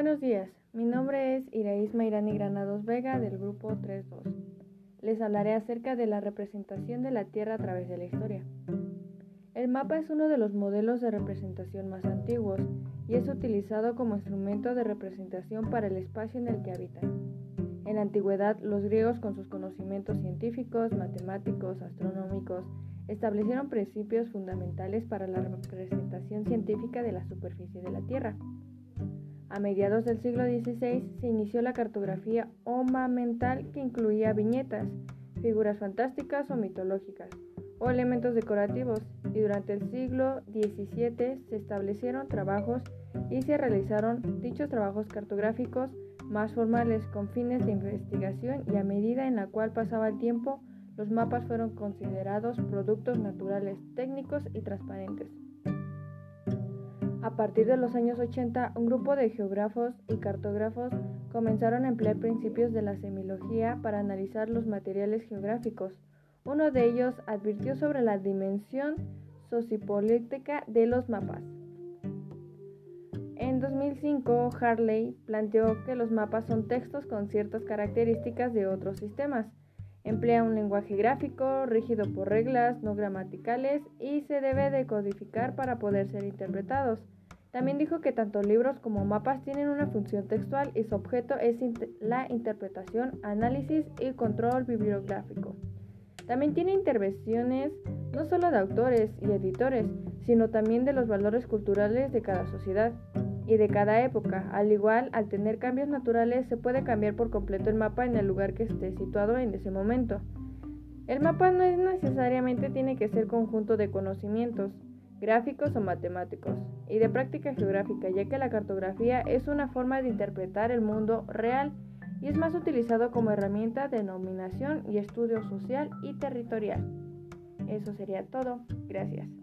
Buenos días, mi nombre es Iraís Mayrani Granados Vega del grupo 3.2. Les hablaré acerca de la representación de la Tierra a través de la historia. El mapa es uno de los modelos de representación más antiguos y es utilizado como instrumento de representación para el espacio en el que habitan. En la antigüedad, los griegos, con sus conocimientos científicos, matemáticos, astronómicos, establecieron principios fundamentales para la representación científica de la superficie de la Tierra. A mediados del siglo XVI se inició la cartografía ornamental, que incluía viñetas, figuras fantásticas o mitológicas, o elementos decorativos, y durante el siglo XVII se establecieron trabajos y se realizaron dichos trabajos cartográficos más formales con fines de investigación, y a medida en la cual pasaba el tiempo, los mapas fueron considerados productos naturales, técnicos y transparentes. A partir de los años 80, un grupo de geógrafos y cartógrafos comenzaron a emplear principios de la semiología para analizar los materiales geográficos. Uno de ellos advirtió sobre la dimensión sociopolítica de los mapas. En 2005, Hartley planteó que los mapas son textos con ciertas características de otros sistemas. Emplea un lenguaje gráfico, rígido por reglas no gramaticales, y se debe decodificar para poder ser interpretados. También dijo que tanto libros como mapas tienen una función textual y su objeto es la interpretación, análisis y control bibliográfico. También tiene intervenciones no solo de autores y editores, sino también de los valores culturales de cada sociedad y de cada época. Al igual, al tener cambios naturales, se puede cambiar por completo el mapa en el lugar que esté situado en ese momento. El mapa no necesariamente tiene que ser conjunto de conocimientos gráficos o matemáticos y de práctica geográfica, ya que la cartografía es una forma de interpretar el mundo real y es más utilizado como herramienta de denominación y estudio social y territorial. Eso sería todo. Gracias.